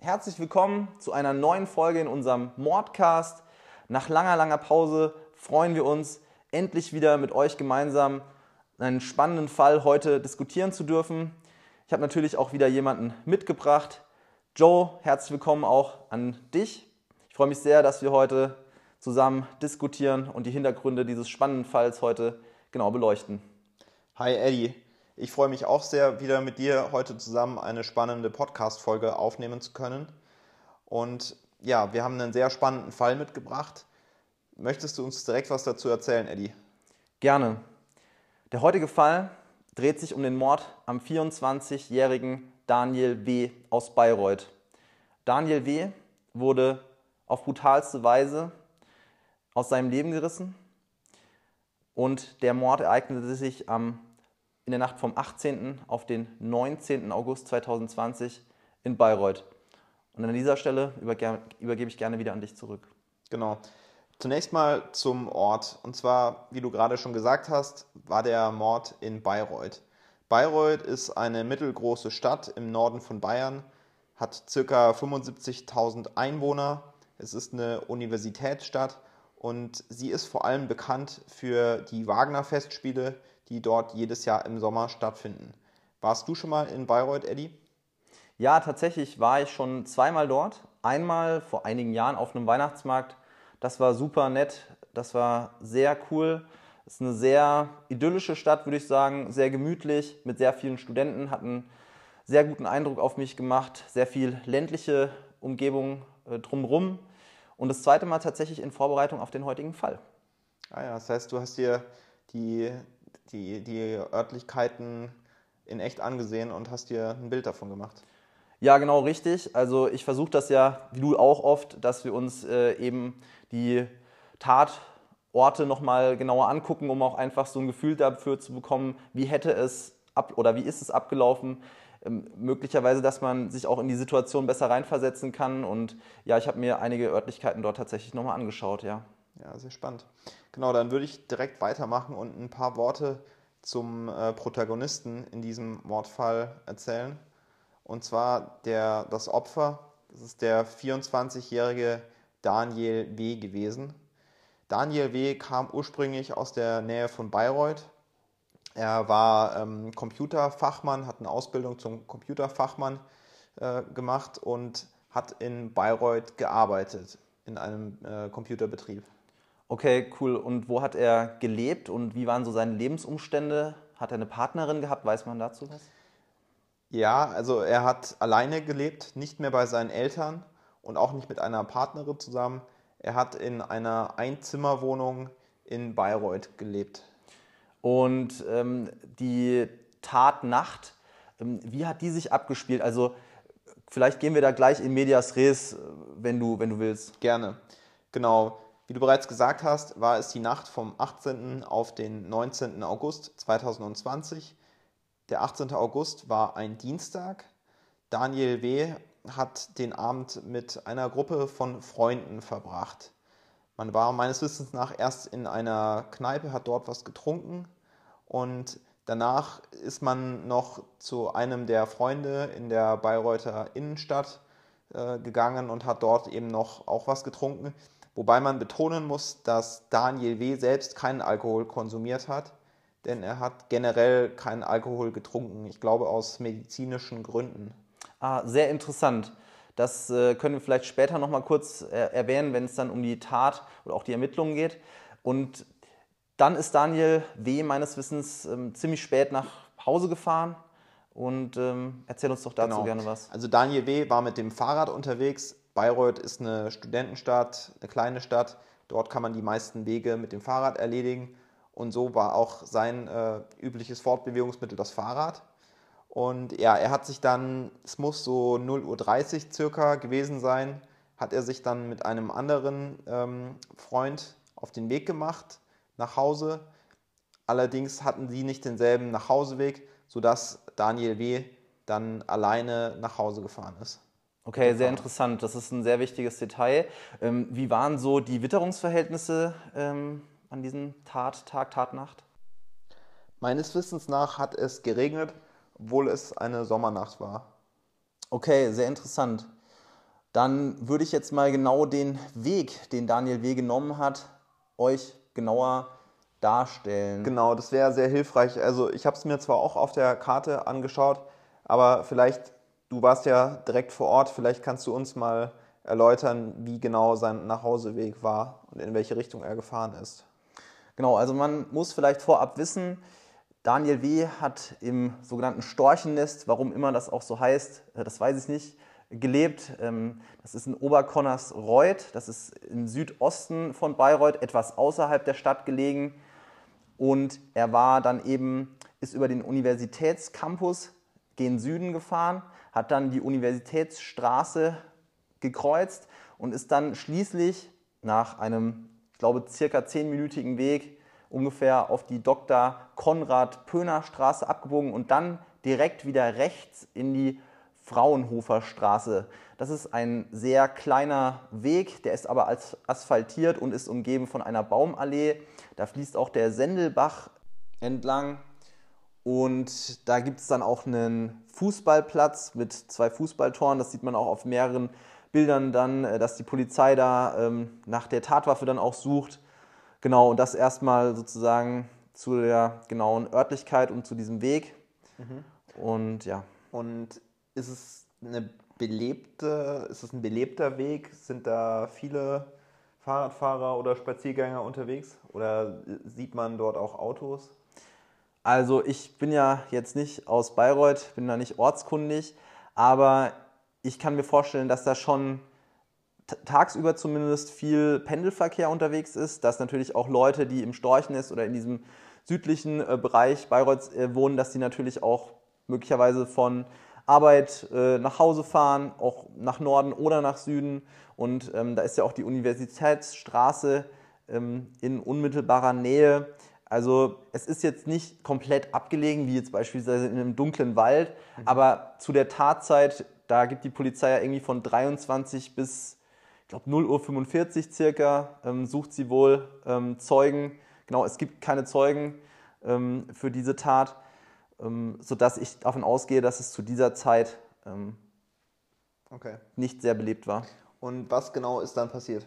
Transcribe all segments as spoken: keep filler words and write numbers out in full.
Herzlich willkommen zu einer neuen Folge in unserem Mordcast. Nach langer, langer Pause freuen wir uns, endlich wieder mit euch gemeinsam einen spannenden Fall heute diskutieren zu dürfen. Ich habe natürlich auch wieder jemanden mitgebracht. Joe, herzlich willkommen auch an dich. Ich freue mich sehr, dass wir heute zusammen diskutieren und die Hintergründe dieses spannenden Falls heute genau beleuchten. Hi Eddie, ich freue mich auch sehr, wieder mit dir heute zusammen eine spannende Podcast-Folge aufnehmen zu können. Und ja, wir haben einen sehr spannenden Fall mitgebracht. Möchtest du uns direkt was dazu erzählen, Eddie? Gerne. Der heutige Fall dreht sich um den Mord am vierundzwanzigjährigen Daniel W. aus Bayreuth. Daniel W. wurde auf brutalste Weise aus seinem Leben gerissen und der Mord ereignete sich am, in der Nacht vom achtzehnten auf den neunzehnten August zweitausendzwanzig in Bayreuth. Und an dieser Stelle übergebe ich gerne wieder an dich zurück. Genau. Zunächst mal zum Ort. Und zwar, wie du gerade schon gesagt hast, war der Mord in Bayreuth. Bayreuth ist eine mittelgroße Stadt im Norden von Bayern, hat ca. fünfundsiebzigtausend Einwohner. Es ist eine Universitätsstadt und sie ist vor allem bekannt für die Wagner-Festspiele, die dort jedes Jahr im Sommer stattfinden. Warst du schon mal in Bayreuth, Eddie? Ja, tatsächlich war ich schon zweimal dort. Einmal vor einigen Jahren auf einem Weihnachtsmarkt. Das war super nett, das war sehr cool. Es ist eine sehr idyllische Stadt, würde ich sagen, sehr gemütlich, mit sehr vielen Studenten, hat einen sehr guten Eindruck auf mich gemacht, sehr viel ländliche Umgebung äh, drumherum. Und das zweite Mal tatsächlich in Vorbereitung auf den heutigen Fall. Ah ja, das heißt, du hast dir die, die, die Örtlichkeiten in echt angesehen und hast dir ein Bild davon gemacht. Ja, genau richtig. Also ich versuche das ja, wie du auch oft, dass wir uns äh, eben die Tatorte nochmal genauer angucken, um auch einfach so ein Gefühl dafür zu bekommen, wie hätte es ab oder wie ist es abgelaufen. Ähm, möglicherweise, dass man sich auch in die Situation besser reinversetzen kann. Und ja, ich habe mir einige Örtlichkeiten dort tatsächlich nochmal angeschaut, ja. Ja, sehr spannend. Genau, dann würde ich direkt weitermachen und ein paar Worte zum äh, Protagonisten in diesem Mordfall erzählen. Und zwar der, das Opfer, das ist der vierundzwanzigjährige Daniel W. gewesen. Daniel W. kam ursprünglich aus der Nähe von Bayreuth. Er war ähm, Computerfachmann, hat eine Ausbildung zum Computerfachmann äh, gemacht und hat in Bayreuth gearbeitet, in einem äh, Computerbetrieb. Okay, cool. Und wo hat er gelebt und wie waren so seine Lebensumstände? Hat er eine Partnerin gehabt? Weiß man dazu was? Ja, also er hat alleine gelebt, nicht mehr bei seinen Eltern und auch nicht mit einer Partnerin zusammen. Er hat in einer Einzimmerwohnung in Bayreuth gelebt. Und ähm, die Tatnacht, ähm, wie hat die sich abgespielt? Also vielleicht gehen wir da gleich in medias res, wenn du, wenn du willst. Gerne. Genau. Wie du bereits gesagt hast, war es die Nacht vom achtzehnten auf den neunzehnten August zweitausendzwanzig. Der achtzehnte August war ein Dienstag. Daniel W. hat den Abend mit einer Gruppe von Freunden verbracht. Man war meines Wissens nach erst in einer Kneipe, hat dort was getrunken und danach ist man noch zu einem der Freunde in der Bayreuther Innenstadt äh, gegangen und hat dort eben noch auch was getrunken. Wobei man betonen muss, dass Daniel W. selbst keinen Alkohol konsumiert hat, denn er hat generell keinen Alkohol getrunken. Ich glaube aus medizinischen Gründen. Ah, sehr interessant. Das äh, können wir vielleicht später nochmal kurz äh, erwähnen, wenn es dann um die Tat oder auch die Ermittlungen geht. Und dann ist Daniel W. meines Wissens ähm, ziemlich spät nach Hause gefahren. Und ähm, erzähl uns doch dazu Genau. gerne was. Also Daniel W. war mit dem Fahrrad unterwegs. Bayreuth ist eine Studentenstadt, eine kleine Stadt. Dort kann man die meisten Wege mit dem Fahrrad erledigen. Und so war auch sein äh, übliches Fortbewegungsmittel das Fahrrad. Und ja, er hat sich dann, es muss so null Uhr dreißig circa gewesen sein, hat er sich dann mit einem anderen ähm, Freund auf den Weg gemacht nach Hause. Allerdings hatten sie nicht denselben Nachhauseweg, sodass Daniel W. dann alleine nach Hause gefahren ist. Okay, sehr interessant. Das ist ein sehr wichtiges Detail. Ähm, wie waren so die Witterungsverhältnisse ähm, an diesem Tattag, Tatnacht? Meines Wissens nach hat es geregnet, obwohl es eine Sommernacht war. Okay, sehr interessant. Dann würde ich jetzt mal genau den Weg, den Daniel W. genommen hat, euch genauer darstellen. Genau, das wäre sehr hilfreich. Also ich habe es mir zwar auch auf der Karte angeschaut, aber vielleicht, du warst ja direkt vor Ort, vielleicht kannst du uns mal erläutern, wie genau sein Nachhauseweg war und in welche Richtung er gefahren ist. Genau, also man muss vielleicht vorab wissen, Daniel W. hat im sogenannten Storchennest, warum immer das auch so heißt, das weiß ich nicht, gelebt. Das ist in Oberconnersreuth, das ist im Südosten von Bayreuth, etwas außerhalb der Stadt gelegen. Und er war dann eben, ist über den Universitätscampus gen Süden gefahren, hat dann die Universitätsstraße gekreuzt und ist dann schließlich nach einem, ich glaube, circa zehnminütigen Weg ungefähr auf die Doktor Konrad Pöhner Straße abgebogen und dann direkt wieder rechts in die Fraunhofer Straße. Das ist ein sehr kleiner Weg, der ist aber als asphaltiert und ist umgeben von einer Baumallee. Da fließt auch der Sendelbach entlang und da gibt es dann auch einen Fußballplatz mit zwei Fußballtoren. Das sieht man auch auf mehreren Bildern dann, dass die Polizei da ähm, nach der Tatwaffe dann auch sucht. Genau, und das erstmal sozusagen zu der genauen Örtlichkeit und zu diesem Weg. Mhm. Und ja. Und ist es eine belebte, ist es ein belebter Weg? Sind da viele Fahrradfahrer oder Spaziergänger unterwegs? Oder sieht man dort auch Autos? Also ich bin ja jetzt nicht aus Bayreuth, bin da nicht ortskundig, aber ich kann mir vorstellen, dass da schon tagsüber zumindest viel Pendelverkehr unterwegs ist, dass natürlich auch Leute, die im Storchennest oder in diesem südlichen äh, Bereich Bayreuths äh, wohnen, dass die natürlich auch möglicherweise von Arbeit äh, nach Hause fahren, auch nach Norden oder nach Süden. Und ähm, da ist ja auch die Universitätsstraße ähm, in unmittelbarer Nähe. Also es ist jetzt nicht komplett abgelegen, wie jetzt beispielsweise in einem dunklen Wald, mhm. aber zu der Tatzeit, da gibt die Polizei ja irgendwie von dreiundzwanzig bis ich glaube null Uhr fünfundvierzig circa, ähm, sucht sie wohl ähm, Zeugen. Genau, es gibt keine Zeugen ähm, für diese Tat, ähm, sodass ich davon ausgehe, dass es zu dieser Zeit ähm, okay. nicht sehr belebt war. Und was genau ist dann passiert?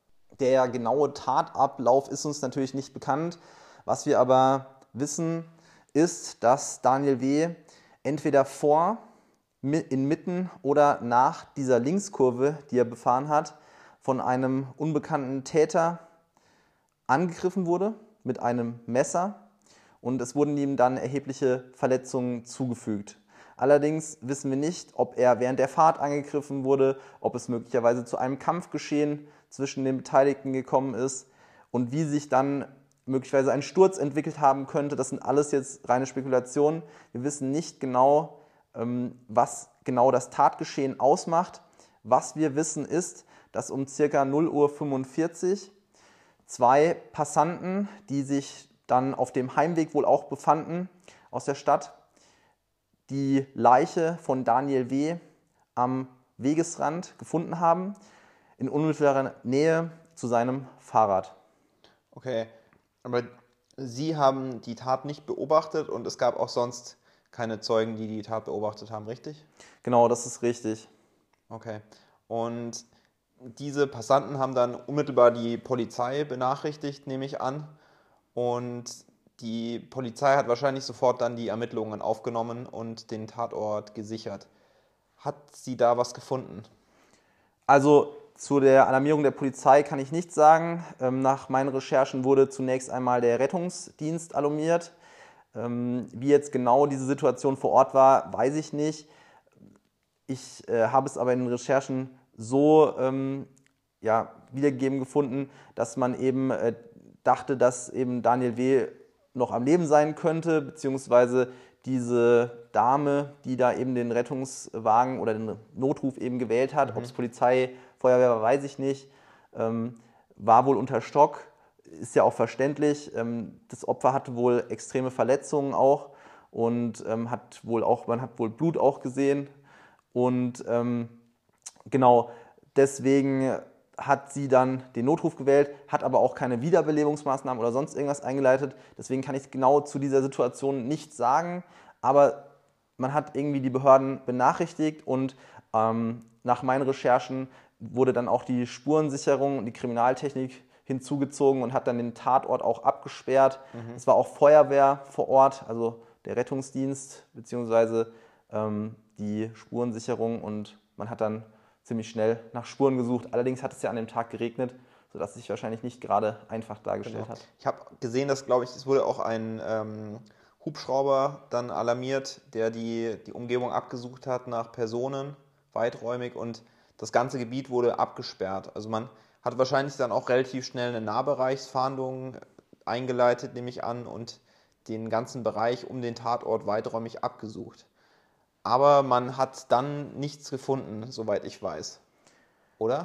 Der genaue Tatablauf ist uns natürlich nicht bekannt. Was wir aber wissen, ist, dass Daniel W. entweder vor, inmitten oder nach dieser Linkskurve, die er befahren hat, von einem unbekannten Täter angegriffen wurde mit einem Messer und es wurden ihm dann erhebliche Verletzungen zugefügt. Allerdings wissen wir nicht, ob er während der Fahrt angegriffen wurde, ob es möglicherweise zu einem Kampfgeschehen zwischen den Beteiligten gekommen ist und wie sich dann möglicherweise ein Sturz entwickelt haben könnte. Das sind alles jetzt reine Spekulationen. Wir wissen nicht genau, was genau das Tatgeschehen ausmacht. Was wir wissen ist, dass um ca. null Uhr fünfundvierzig zwei Passanten, die sich dann auf dem Heimweg wohl auch befanden aus der Stadt, die Leiche von Daniel W. am Wegesrand gefunden haben, in unmittelbarer Nähe zu seinem Fahrrad. Okay, aber Sie haben die Tat nicht beobachtet und es gab auch sonst keine Zeugen, die die Tat beobachtet haben, richtig? Genau, das ist richtig. Okay, und diese Passanten haben dann unmittelbar die Polizei benachrichtigt, nehme ich an. Und die Polizei hat wahrscheinlich sofort dann die Ermittlungen aufgenommen und den Tatort gesichert. Hat sie da was gefunden? Also zu der Alarmierung der Polizei kann ich nichts sagen. Nach meinen Recherchen wurde zunächst einmal der Rettungsdienst alarmiert. Wie jetzt genau diese Situation vor Ort war, weiß ich nicht. Ich habe es aber in den Recherchen so ähm, ja, wiedergegeben gefunden, dass man eben äh, dachte, dass eben Daniel W. noch am Leben sein könnte, beziehungsweise diese Dame, die da eben den Rettungswagen oder den Notruf eben gewählt hat, mhm. ob es Polizei, Feuerwehr war, weiß ich nicht, ähm, war wohl unter Schock, ist ja auch verständlich. Ähm, das Opfer hatte wohl extreme Verletzungen auch und ähm, hat wohl auch, man hat wohl Blut auch gesehen und ähm, genau, deswegen hat sie dann den Notruf gewählt, hat aber auch keine Wiederbelebungsmaßnahmen oder sonst irgendwas eingeleitet. Deswegen kann ich genau zu dieser Situation nichts sagen, aber man hat irgendwie die Behörden benachrichtigt und ähm, nach meinen Recherchen wurde dann auch die Spurensicherung, die Kriminaltechnik hinzugezogen und hat dann den Tatort auch abgesperrt. Mhm. Es war auch Feuerwehr vor Ort, also der Rettungsdienst bzw. Ähm, die Spurensicherung, und man hat dann ziemlich schnell nach Spuren gesucht. Allerdings hat es ja an dem Tag geregnet, sodass es sich wahrscheinlich nicht gerade einfach dargestellt genau. hat. Ich habe gesehen, dass, glaube ich, es wurde auch ein ähm, Hubschrauber dann alarmiert, der die, die Umgebung abgesucht hat nach Personen, weiträumig, und das ganze Gebiet wurde abgesperrt. Also man hat wahrscheinlich dann auch relativ schnell eine Nahbereichsfahndung eingeleitet, nehme ich an, und den ganzen Bereich um den Tatort weiträumig abgesucht. Aber man hat dann nichts gefunden, soweit ich weiß. Oder?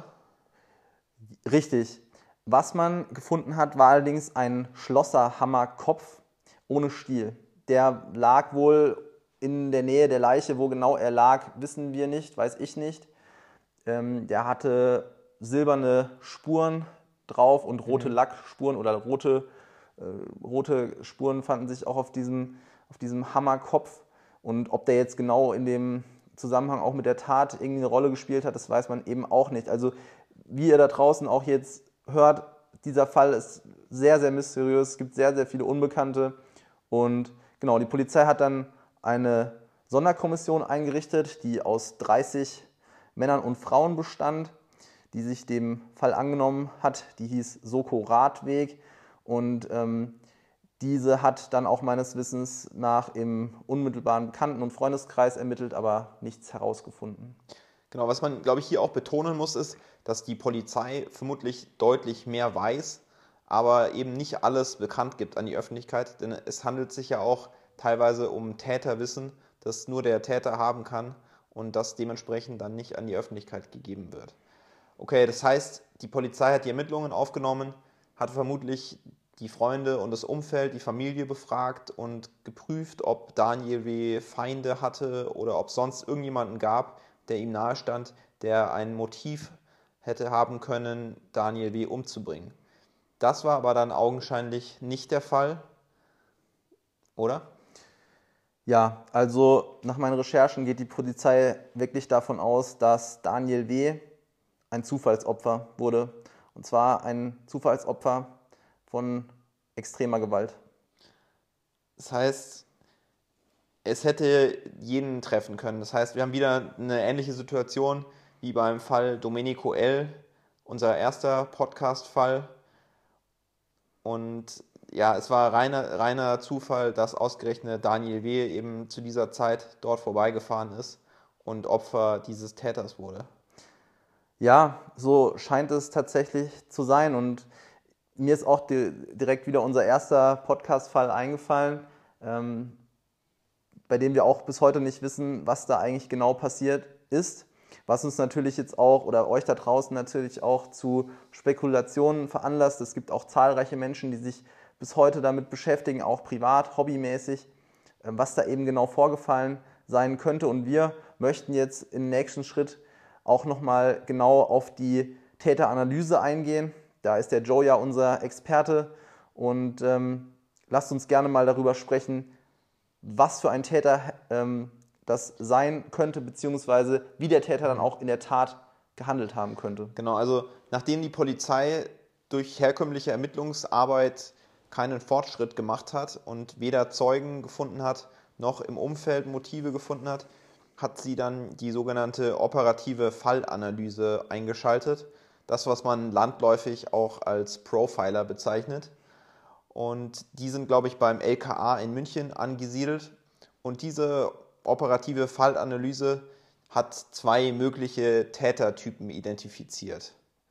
Richtig. Was man gefunden hat, war allerdings ein Schlosserhammerkopf ohne Stiel. Der lag wohl in der Nähe der Leiche. Wo genau er lag, wissen wir nicht, weiß ich nicht. Ähm, der hatte silberne Spuren drauf und rote mhm. Lackspuren oder rote, äh, rote Spuren fanden sich auch auf diesem, auf diesem Hammerkopf. Und ob der jetzt genau in dem Zusammenhang auch mit der Tat irgendwie eine Rolle gespielt hat, das weiß man eben auch nicht. Also wie ihr da draußen auch jetzt hört, dieser Fall ist sehr, sehr mysteriös. Es gibt sehr, sehr viele Unbekannte. Und genau, die Polizei hat dann eine Sonderkommission eingerichtet, die aus dreißig Männern und Frauen bestand, die sich dem Fall angenommen hat. Die hieß Soko Radweg, und ähm, diese hat dann auch meines Wissens nach im unmittelbaren Bekannten- und Freundeskreis ermittelt, aber nichts herausgefunden. Genau, was man, glaube ich, hier auch betonen muss, ist, dass die Polizei vermutlich deutlich mehr weiß, aber eben nicht alles bekannt gibt an die Öffentlichkeit, denn es handelt sich ja auch teilweise um Täterwissen, das nur der Täter haben kann und das dementsprechend dann nicht an die Öffentlichkeit gegeben wird. Okay, das heißt, die Polizei hat die Ermittlungen aufgenommen, hat vermutlich die Freunde und das Umfeld, die Familie befragt und geprüft, ob Daniel W. Feinde hatte oder ob es sonst irgendjemanden gab, der ihm nahestand, der ein Motiv hätte haben können, Daniel W. umzubringen. Das war aber dann augenscheinlich nicht der Fall, oder? Ja, also nach meinen Recherchen geht die Polizei wirklich davon aus, dass Daniel W. ein Zufallsopfer wurde. Und zwar ein Zufallsopfer von extremer Gewalt. Das heißt, es hätte jeden treffen können. Das heißt, wir haben wieder eine ähnliche Situation wie beim Fall Domenico L., unser erster Podcast-Fall. Und ja, es war reiner, reiner Zufall, dass ausgerechnet Daniel W. eben zu dieser Zeit dort vorbeigefahren ist und Opfer dieses Täters wurde. Ja, so scheint es tatsächlich zu sein. Und mir ist auch di- direkt wieder unser erster Podcast-Fall eingefallen, ähm, bei dem wir auch bis heute nicht wissen, was da eigentlich genau passiert ist. Was uns natürlich jetzt auch, oder euch da draußen natürlich auch zu Spekulationen veranlasst. Es gibt auch zahlreiche Menschen, die sich bis heute damit beschäftigen, auch privat, hobbymäßig, was da eben genau vorgefallen sein könnte. Und wir möchten jetzt im nächsten Schritt auch nochmal genau auf die Täteranalyse eingehen. Da ist der Joe ja unser Experte, und ähm, lasst uns gerne mal darüber sprechen, was für ein Täter ähm, das sein könnte, beziehungsweise wie der Täter dann auch in der Tat gehandelt haben könnte. Genau, also nachdem die Polizei durch herkömmliche Ermittlungsarbeit keinen Fortschritt gemacht hat und weder Zeugen gefunden hat, noch im Umfeld Motive gefunden hat, hat sie dann die sogenannte operative Fallanalyse eingeschaltet. Das, was man landläufig auch als Profiler bezeichnet. Und die sind, glaube ich, beim L K A in München angesiedelt. Und diese operative Fallanalyse hat zwei mögliche Tätertypen identifiziert.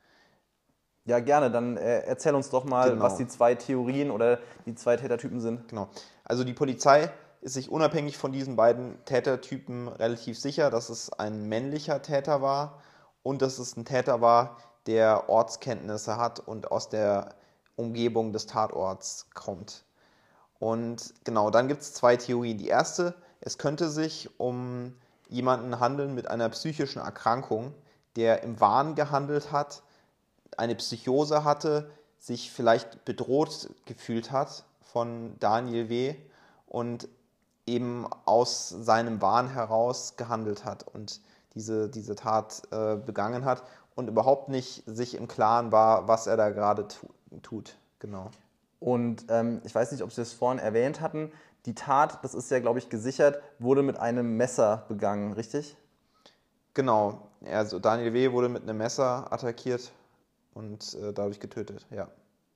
Ja, gerne. Dann äh, erzähl uns doch mal, Genau. was die zwei Theorien oder die zwei Tätertypen sind. Genau. Also die Polizei ist sich unabhängig von diesen beiden Tätertypen relativ sicher, dass es ein männlicher Täter war und dass es ein Täter war, der Ortskenntnisse hat und aus der Umgebung des Tatorts kommt. Und genau, dann gibt es zwei Theorien. Die erste, es könnte sich um jemanden handeln mit einer psychischen Erkrankung, der im Wahn gehandelt hat, eine Psychose hatte, sich vielleicht bedroht gefühlt hat von Daniel W. und eben aus seinem Wahn heraus gehandelt hat und diese, diese Tat äh, begangen hat. und überhaupt nicht sich im Klaren war, was er da gerade tu tut. Genau. Und ähm, ich weiß nicht, ob Sie das vorhin erwähnt hatten, die Tat, das ist ja, glaube ich, gesichert, wurde mit einem Messer begangen, richtig? Genau, also Daniel W. wurde mit einem Messer attackiert und äh, dadurch getötet, ja.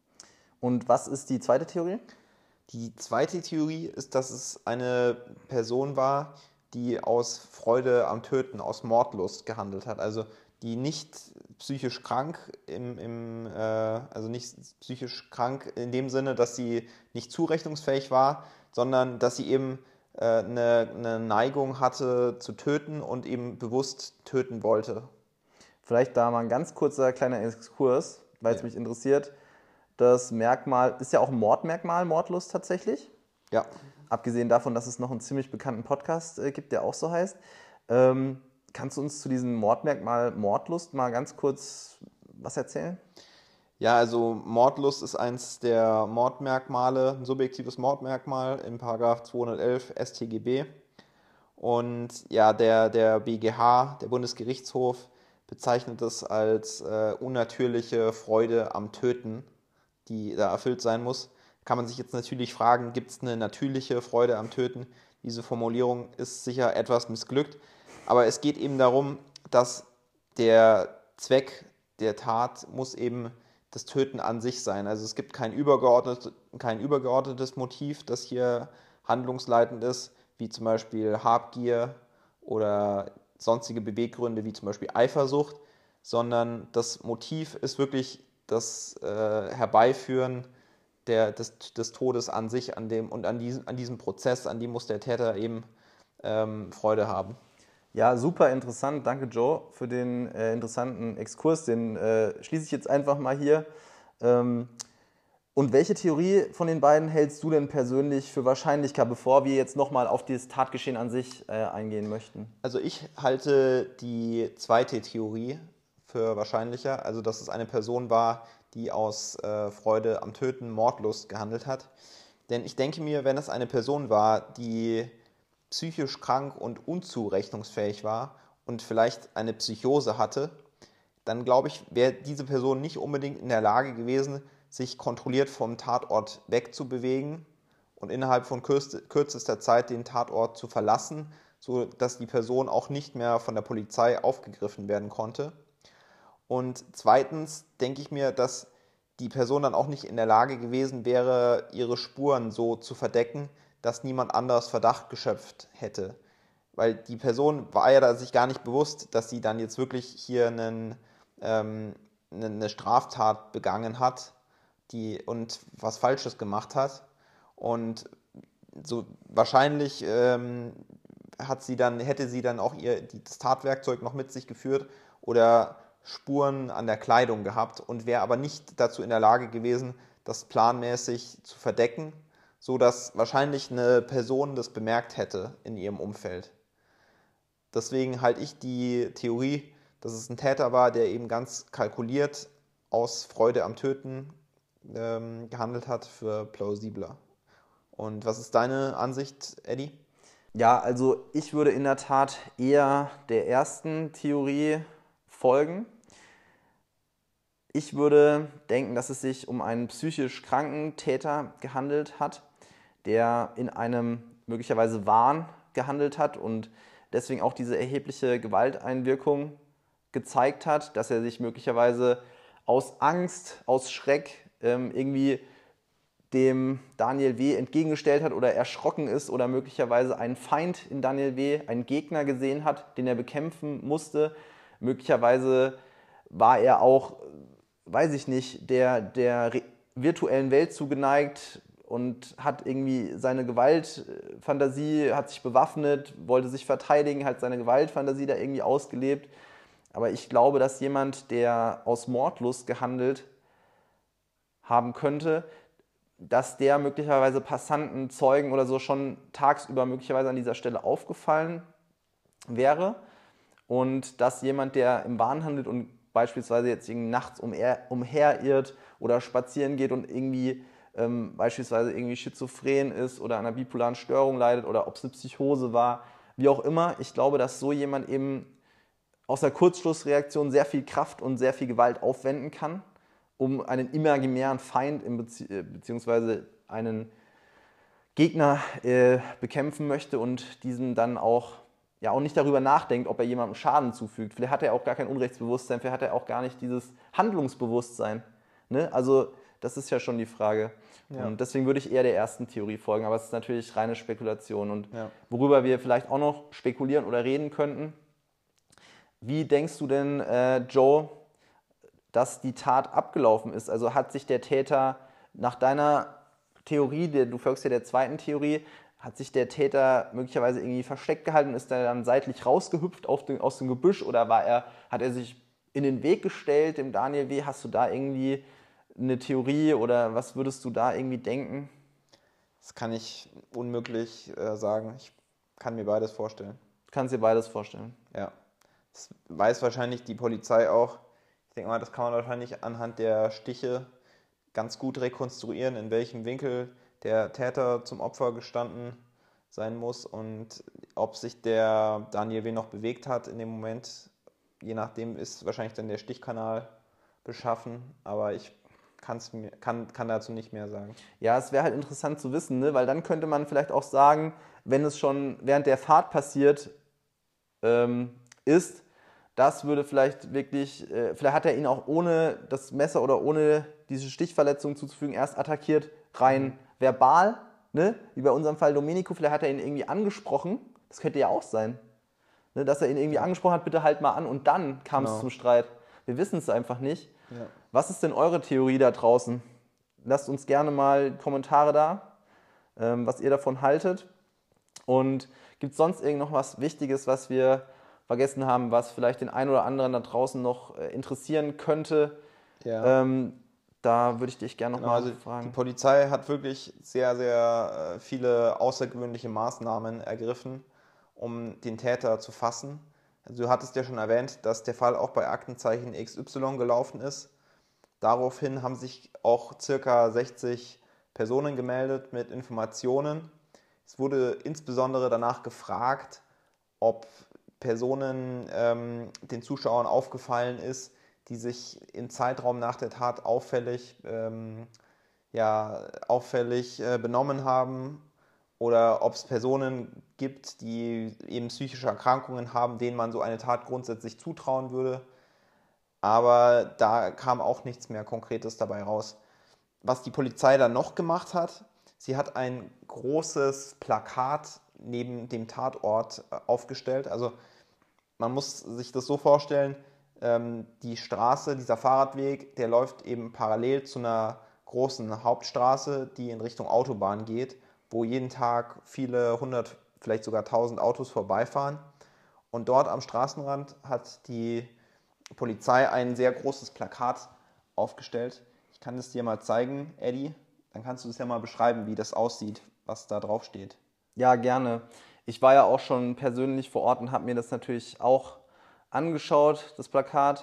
Und was ist die zweite Theorie? Die zweite Theorie ist, dass es eine Person war, die aus Freude am Töten, aus Mordlust gehandelt hat. Also die nicht psychisch krank, im, im, äh, also nicht psychisch krank in dem Sinne, dass sie nicht zurechnungsfähig war, sondern dass sie eben äh, eine, eine Neigung hatte zu töten und eben bewusst töten wollte. Vielleicht da mal ein ganz kurzer kleiner Exkurs, weil es Ja. mich interessiert. Das Merkmal ist ja auch ein Mordmerkmal, Mordlust tatsächlich. Ja. Abgesehen davon, dass es noch einen ziemlich bekannten Podcast äh, gibt, der auch so heißt. Ähm, kannst du uns zu diesem Mordmerkmal Mordlust mal ganz kurz was erzählen? Ja, also Mordlust ist eins der Mordmerkmale, ein subjektives Mordmerkmal im Paragraph zweihundertelf S t G B. Und ja, der, der B G H, der Bundesgerichtshof, bezeichnet es als äh, unnatürliche Freude am Töten, die da erfüllt sein muss. Kann man sich jetzt natürlich fragen, gibt es eine natürliche Freude am Töten? Diese Formulierung ist sicher etwas missglückt, aber es geht eben darum, dass der Zweck der Tat muss eben das Töten an sich sein. Also es gibt kein, übergeordnet, kein übergeordnetes Motiv, das hier handlungsleitend ist, wie zum Beispiel Habgier oder sonstige Beweggründe, wie zum Beispiel Eifersucht, sondern das Motiv ist wirklich das äh, Herbeiführen der, des, des Todes an sich an dem, und an diesem, an diesem Prozess, an dem muss der Täter eben ähm, Freude haben. Ja, super interessant. Danke, Joe, für den äh, interessanten Exkurs. Den äh, schließe ich jetzt einfach mal hier. Ähm, und welche Theorie von den beiden hältst du denn persönlich für wahrscheinlicher, bevor wir jetzt nochmal auf das Tatgeschehen an sich äh, eingehen möchten? Also ich halte die zweite Theorie für wahrscheinlicher, also dass es eine Person war, die aus äh, Freude am Töten, Mordlust gehandelt hat. Denn ich denke mir, wenn es eine Person war, die psychisch krank und unzurechnungsfähig war und vielleicht eine Psychose hatte, dann glaube ich, wäre diese Person nicht unbedingt in der Lage gewesen, sich kontrolliert vom Tatort wegzubewegen und innerhalb von kürzester Zeit den Tatort zu verlassen, sodass die Person auch nicht mehr von der Polizei aufgegriffen werden konnte. Und zweitens denke ich mir, dass die Person dann auch nicht in der Lage gewesen wäre, ihre Spuren so zu verdecken, dass niemand anders Verdacht geschöpft hätte. Weil die Person war ja da sich gar nicht bewusst, dass sie dann jetzt wirklich hier einen, ähm, eine Straftat begangen hat die, und was Falsches gemacht hat. Und so wahrscheinlich ähm, hat sie dann, hätte sie dann auch ihr, das Tatwerkzeug noch mit sich geführt oder Spuren an der Kleidung gehabt und wäre aber nicht dazu in der Lage gewesen, das planmäßig zu verdecken, sodass wahrscheinlich eine Person das bemerkt hätte in ihrem Umfeld. Deswegen halte ich die Theorie, dass es ein Täter war, der eben ganz kalkuliert aus Freude am Töten ähm, gehandelt hat, für plausibler. Und was ist deine Ansicht, Eddie? Ja, also ich würde in der Tat eher der ersten Theorie folgen. Ich würde denken, dass es sich um einen psychisch kranken Täter gehandelt hat, der in einem möglicherweise Wahn gehandelt hat und deswegen auch diese erhebliche Gewalteinwirkung gezeigt hat, dass er sich möglicherweise aus Angst, aus Schreck ähm, irgendwie dem Daniel W. entgegengestellt hat oder erschrocken ist oder möglicherweise einen Feind in Daniel W., einen Gegner gesehen hat, den er bekämpfen musste. Möglicherweise war er auch, weiß ich nicht, der, der virtuellen Welt zugeneigt und hat irgendwie seine Gewaltfantasie, hat sich bewaffnet, wollte sich verteidigen, hat seine Gewaltfantasie da irgendwie ausgelebt. Aber ich glaube, dass jemand, der aus Mordlust gehandelt haben könnte, dass der möglicherweise Passanten, Zeugen oder so schon tagsüber möglicherweise an dieser Stelle aufgefallen wäre und dass jemand, der im Wahn handelt und beispielsweise jetzt irgendwie nachts umher, umherirrt oder spazieren geht und irgendwie ähm, beispielsweise irgendwie schizophren ist oder an einer bipolaren Störung leidet oder ob es eine Psychose war, wie auch immer. Ich glaube, dass so jemand eben aus der Kurzschlussreaktion sehr viel Kraft und sehr viel Gewalt aufwenden kann, um einen imaginären Feind im Bezie beziehungsweise einen Gegner äh, bekämpfen möchte und diesen dann auch, ja, auch nicht darüber nachdenkt, ob er jemandem Schaden zufügt. Vielleicht hat er auch gar kein Unrechtsbewusstsein, vielleicht hat er auch gar nicht dieses Handlungsbewusstsein. Ne? Also das ist ja schon die Frage. Ja. Und deswegen würde ich eher der ersten Theorie folgen, aber es ist natürlich reine Spekulation. Und ja. worüber wir vielleicht auch noch spekulieren oder reden könnten, wie denkst du denn, äh, Joe, dass die Tat abgelaufen ist? Also hat sich der Täter nach deiner Theorie, der, du folgst ja der zweiten Theorie, hat sich der Täter möglicherweise irgendwie versteckt gehalten, ist er dann seitlich rausgehüpft auf den, aus dem Gebüsch oder war er, hat er sich in den Weg gestellt, dem Daniel W.? Hast du da irgendwie eine Theorie oder was würdest du da irgendwie denken? Das kann ich unmöglich äh, sagen. Ich kann mir beides vorstellen. Du kannst dir beides vorstellen? Ja. Das weiß wahrscheinlich die Polizei auch. Ich denke mal, das kann man wahrscheinlich anhand der Stiche ganz gut rekonstruieren, in welchem Winkel der Täter zum Opfer gestanden sein muss und ob sich der Daniel W. noch bewegt hat in dem Moment. Je nachdem ist wahrscheinlich dann der Stichkanal beschaffen, aber ich kann's mir, kann, kann dazu nicht mehr sagen. Ja, es wäre halt interessant zu wissen, ne? Weil dann könnte man vielleicht auch sagen, wenn es schon während der Fahrt passiert ähm, ist, das würde vielleicht wirklich, äh, vielleicht hat er ihn auch ohne das Messer oder ohne diese Stichverletzung zuzufügen erst attackiert, rein mhm. verbal, ne? Wie bei unserem Fall Domenico, vielleicht hat er ihn irgendwie angesprochen, das könnte ja auch sein, ne? Dass er ihn irgendwie ja. angesprochen hat, bitte halt mal an und dann kam genau. es zum Streit. Wir wissen es einfach nicht. Ja. Was ist denn eure Theorie da draußen? Lasst uns gerne mal Kommentare da, ähm, was ihr davon haltet. Und gibt es sonst irgend noch was Wichtiges, was wir vergessen haben, was vielleicht den einen oder anderen da draußen noch äh, interessieren könnte? Ja. Ähm, da würde ich dich gerne noch genau, mal also fragen. Die Polizei hat wirklich sehr, sehr äh, viele außergewöhnliche Maßnahmen ergriffen, um den Täter zu fassen. Also du hattest ja schon erwähnt, dass der Fall auch bei Aktenzeichen X Y gelaufen ist. Daraufhin haben sich auch ca. sechzig Personen gemeldet mit Informationen. Es wurde insbesondere danach gefragt, ob Personen ähm, den Zuschauern aufgefallen ist, die sich im Zeitraum nach der Tat auffällig, ähm, ja, auffällig äh, benommen haben oder ob es Personen gibt, die eben psychische Erkrankungen haben, denen man so eine Tat grundsätzlich zutrauen würde. Aber da kam auch nichts mehr Konkretes dabei raus. Was die Polizei dann noch gemacht hat, sie hat ein großes Plakat neben dem Tatort aufgestellt. Also man muss sich das so vorstellen, ähm, die Straße, dieser Fahrradweg, der läuft eben parallel zu einer großen Hauptstraße, die in Richtung Autobahn geht, wo jeden Tag viele hundert, vielleicht sogar tausend Autos vorbeifahren. Und dort am Straßenrand hat die Polizei ein sehr großes Plakat aufgestellt. Ich kann es dir mal zeigen, Eddie. Dann kannst du es ja mal beschreiben, wie das aussieht, was da drauf steht. Ja, gerne. Ich war ja auch schon persönlich vor Ort und habe mir das natürlich auch angeschaut, das Plakat.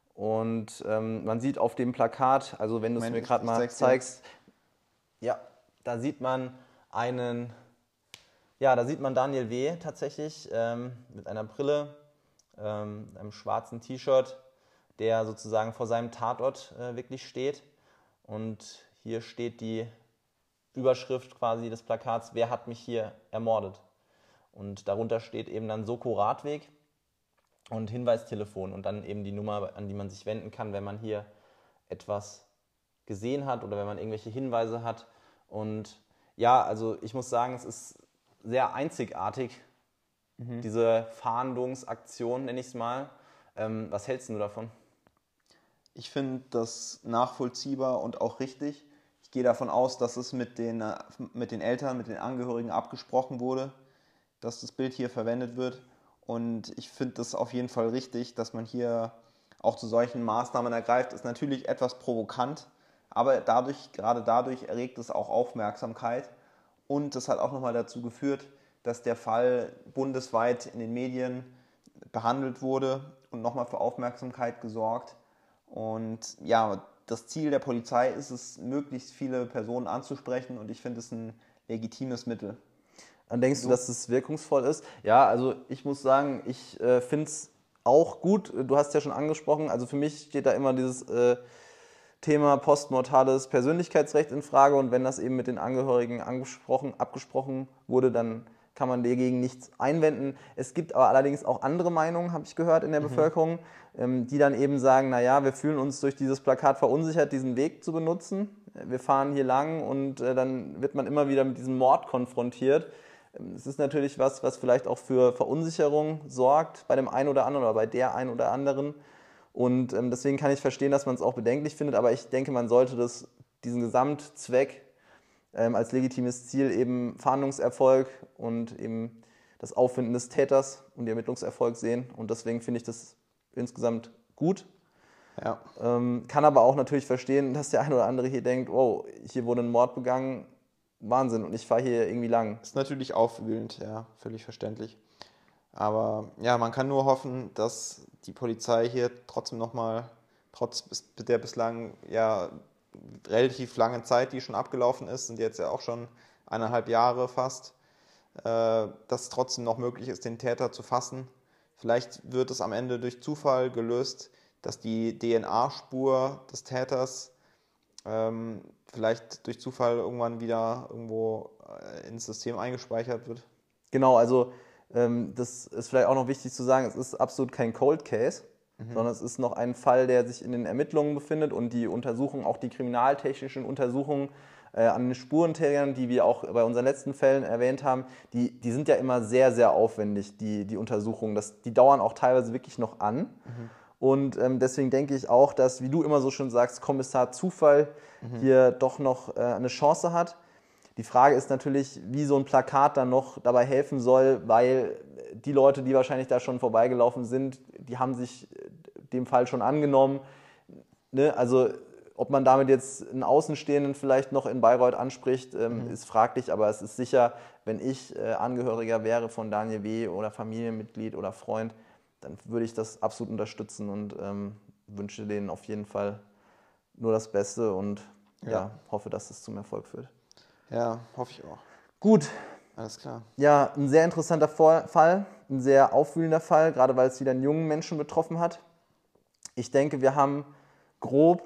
Und ähm, man sieht auf dem Plakat, also wenn du es mir gerade mal zeigst, ja, da sieht man einen, ja, da sieht man Daniel W. tatsächlich ähm, mit einer Brille, ähm, einem schwarzen T-Shirt, der sozusagen vor seinem Tatort äh, wirklich steht. Und hier steht die Überschrift quasi des Plakats: Wer hat mich hier ermordet? Und darunter steht eben dann Soko Radweg und Hinweistelefon und dann eben die Nummer, an die man sich wenden kann, wenn man hier etwas gesehen hat oder wenn man irgendwelche Hinweise hat. Und ja, also ich muss sagen, es ist sehr einzigartig, mhm. diese Fahndungsaktion, nenne ich es mal. Ähm, was hältst du davon? Ich finde das nachvollziehbar und auch richtig. Ich gehe davon aus, dass es mit den, mit den Eltern, mit den Angehörigen abgesprochen wurde, dass das Bild hier verwendet wird. Und ich finde das auf jeden Fall richtig, dass man hier auch zu solchen Maßnahmen ergreift. Ist natürlich etwas provokant, aber dadurch, gerade dadurch erregt es auch Aufmerksamkeit. Und das hat auch nochmal dazu geführt, dass der Fall bundesweit in den Medien behandelt wurde und nochmal für Aufmerksamkeit gesorgt. Und ja, das Ziel der Polizei ist es, möglichst viele Personen anzusprechen, und ich finde es ein legitimes Mittel. Dann denkst du, dass es wirkungsvoll ist? Ja, also ich muss sagen, ich äh, finde es auch gut. Du hast ja schon angesprochen, also für mich steht da immer dieses äh, Thema postmortales Persönlichkeitsrecht in Frage und wenn das eben mit den Angehörigen angesprochen, abgesprochen wurde, dann kann man dagegen nichts einwenden. Es gibt aber allerdings auch andere Meinungen, habe ich gehört, in der mhm. Bevölkerung, ähm, die dann eben sagen, naja, wir fühlen uns durch dieses Plakat verunsichert, diesen Weg zu benutzen. Wir fahren hier lang und äh, dann wird man immer wieder mit diesem Mord konfrontiert. Es ist natürlich was, was vielleicht auch für Verunsicherung sorgt bei dem einen oder anderen oder bei der einen oder anderen. Und ähm, deswegen kann ich verstehen, dass man es auch bedenklich findet, aber ich denke, man sollte das, diesen Gesamtzweck ähm, als legitimes Ziel eben Fahndungserfolg und eben das Auffinden des Täters und den Ermittlungserfolg sehen. Und deswegen finde ich das insgesamt gut. Ja. Ähm, kann aber auch natürlich verstehen, dass der eine oder andere hier denkt, oh, hier wurde ein Mord begangen, Wahnsinn, und ich fahre hier irgendwie lang. Ist natürlich aufwühlend, ja, völlig verständlich. Aber ja, man kann nur hoffen, dass die Polizei hier trotzdem nochmal, trotz der bislang ja relativ langen Zeit, die schon abgelaufen ist, sind jetzt ja auch schon eineinhalb Jahre fast, äh, dass es trotzdem noch möglich ist, den Täter zu fassen. Vielleicht wird es am Ende durch Zufall gelöst, dass die D N A-Spur des Täters ähm, vielleicht durch Zufall irgendwann wieder irgendwo äh, ins System eingespeichert wird. Genau, also ähm, das ist vielleicht auch noch wichtig zu sagen, es ist absolut kein Cold Case, mhm. sondern es ist noch ein Fall, der sich in den Ermittlungen befindet und die Untersuchung, auch die kriminaltechnischen Untersuchungen äh, an den Spurenträgern, die wir auch bei unseren letzten Fällen erwähnt haben, die, die sind ja immer sehr, sehr aufwendig, die, die Untersuchungen. Das, die dauern auch teilweise wirklich noch an. Mhm. Und ähm, deswegen denke ich auch, dass, wie du immer so schön sagst, Kommissar Zufall mhm. hier doch noch äh, eine Chance hat. Die Frage ist natürlich, wie so ein Plakat dann noch dabei helfen soll, weil die Leute, die wahrscheinlich da schon vorbeigelaufen sind, die haben sich dem Fall schon angenommen. Ne? Also ob man damit jetzt einen Außenstehenden vielleicht noch in Bayreuth anspricht, ähm, mhm. ist fraglich, aber es ist sicher, wenn ich äh, Angehöriger wäre von Daniel W. oder Familienmitglied oder Freund, dann würde ich das absolut unterstützen und ähm, wünsche denen auf jeden Fall nur das Beste und ja. Ja, hoffe, dass es zum Erfolg führt. Ja, hoffe ich auch. Gut. Alles klar. Ja, ein sehr interessanter Fall, ein sehr aufwühlender Fall, gerade weil es wieder einen jungen Menschen betroffen hat. Ich denke, wir haben grob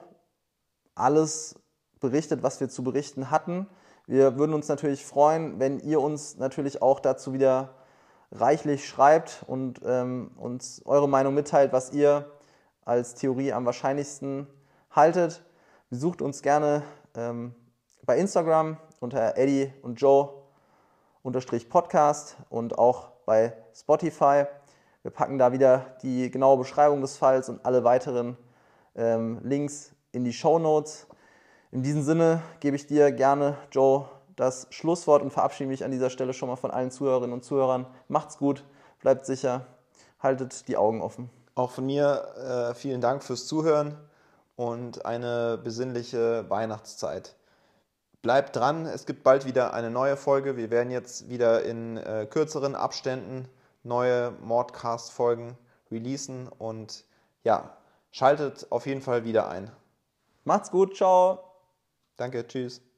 alles berichtet, was wir zu berichten hatten. Wir würden uns natürlich freuen, wenn ihr uns natürlich auch dazu wieder reichlich schreibt und ähm, uns eure Meinung mitteilt, was ihr als Theorie am wahrscheinlichsten haltet. Besucht uns gerne ähm, bei Instagram unter Eddie und Joe unterstrich Podcast und auch bei Spotify. Wir packen da wieder die genaue Beschreibung des Falls und alle weiteren ähm, Links in die Shownotes. In diesem Sinne gebe ich dir gerne, Joe, das Schlusswort und verabschiede mich an dieser Stelle schon mal von allen Zuhörerinnen und Zuhörern. Macht's gut, bleibt sicher, haltet die Augen offen. Auch von mir äh, vielen Dank fürs Zuhören und eine besinnliche Weihnachtszeit. Bleibt dran, es gibt bald wieder eine neue Folge. Wir werden jetzt wieder in äh, kürzeren Abständen neue Mordcast-Folgen releasen und ja, schaltet auf jeden Fall wieder ein. Macht's gut, ciao. Danke, tschüss.